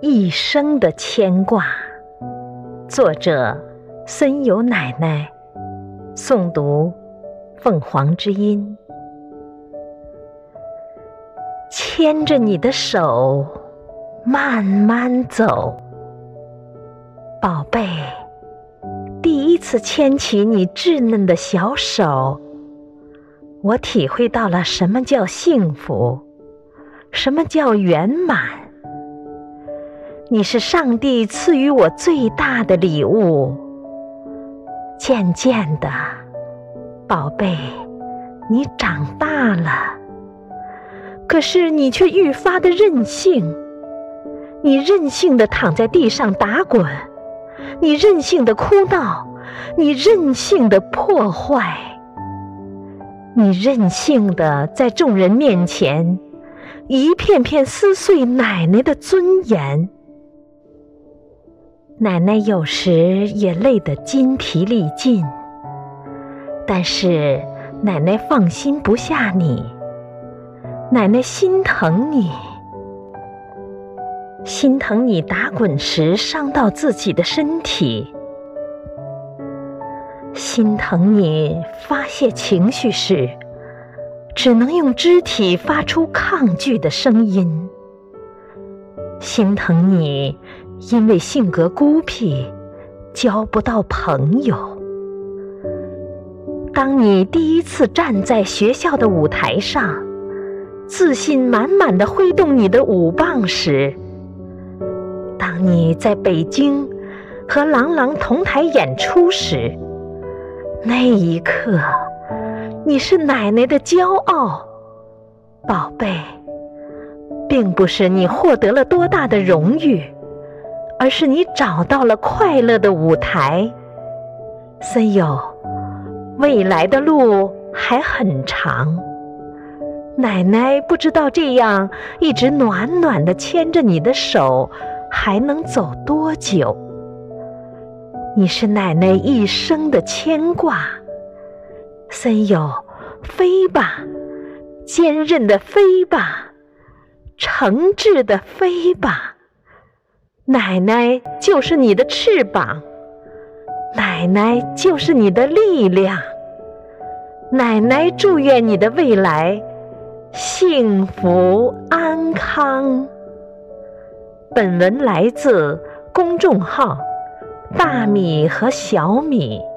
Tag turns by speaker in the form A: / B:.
A: 一生的牵挂。作者孙友奶奶，诵读凤凰之音。牵着你的手慢慢走，宝贝，第一次牵起你稚嫩的小手，我体会到了什么叫幸福，什么叫圆满。你是上帝赐予我最大的礼物。渐渐的，宝贝，你长大了，可是你却愈发的任性。你任性地躺在地上打滚，你任性地哭闹，你任性地破坏，你任性地在众人面前一片片撕碎奶奶的尊严。奶奶有时也累得筋疲力尽，但是奶奶放心不下你，奶奶心疼你，心疼你打滚时伤到自己的身体，心疼你发泄情绪时只能用肢体发出抗拒的声音，心疼你因为性格孤僻交不到朋友。当你第一次站在学校的舞台上，自信满满地挥动你的舞棒时，当你在北京和郎朗同台演出时，那一刻你是奶奶的骄傲。宝贝，并不是你获得了多大的荣誉，而是你找到了快乐的舞台。孙友，未来的路还很长，奶奶不知道这样一直暖暖地牵着你的手还能走多久。你是奶奶一生的牵挂。孙友，飞吧，坚韧的飞吧，诚挚的飞吧，奶奶就是你的翅膀，奶奶就是你的力量，奶奶祝愿你的未来幸福安康。本文来自公众号大米和小米。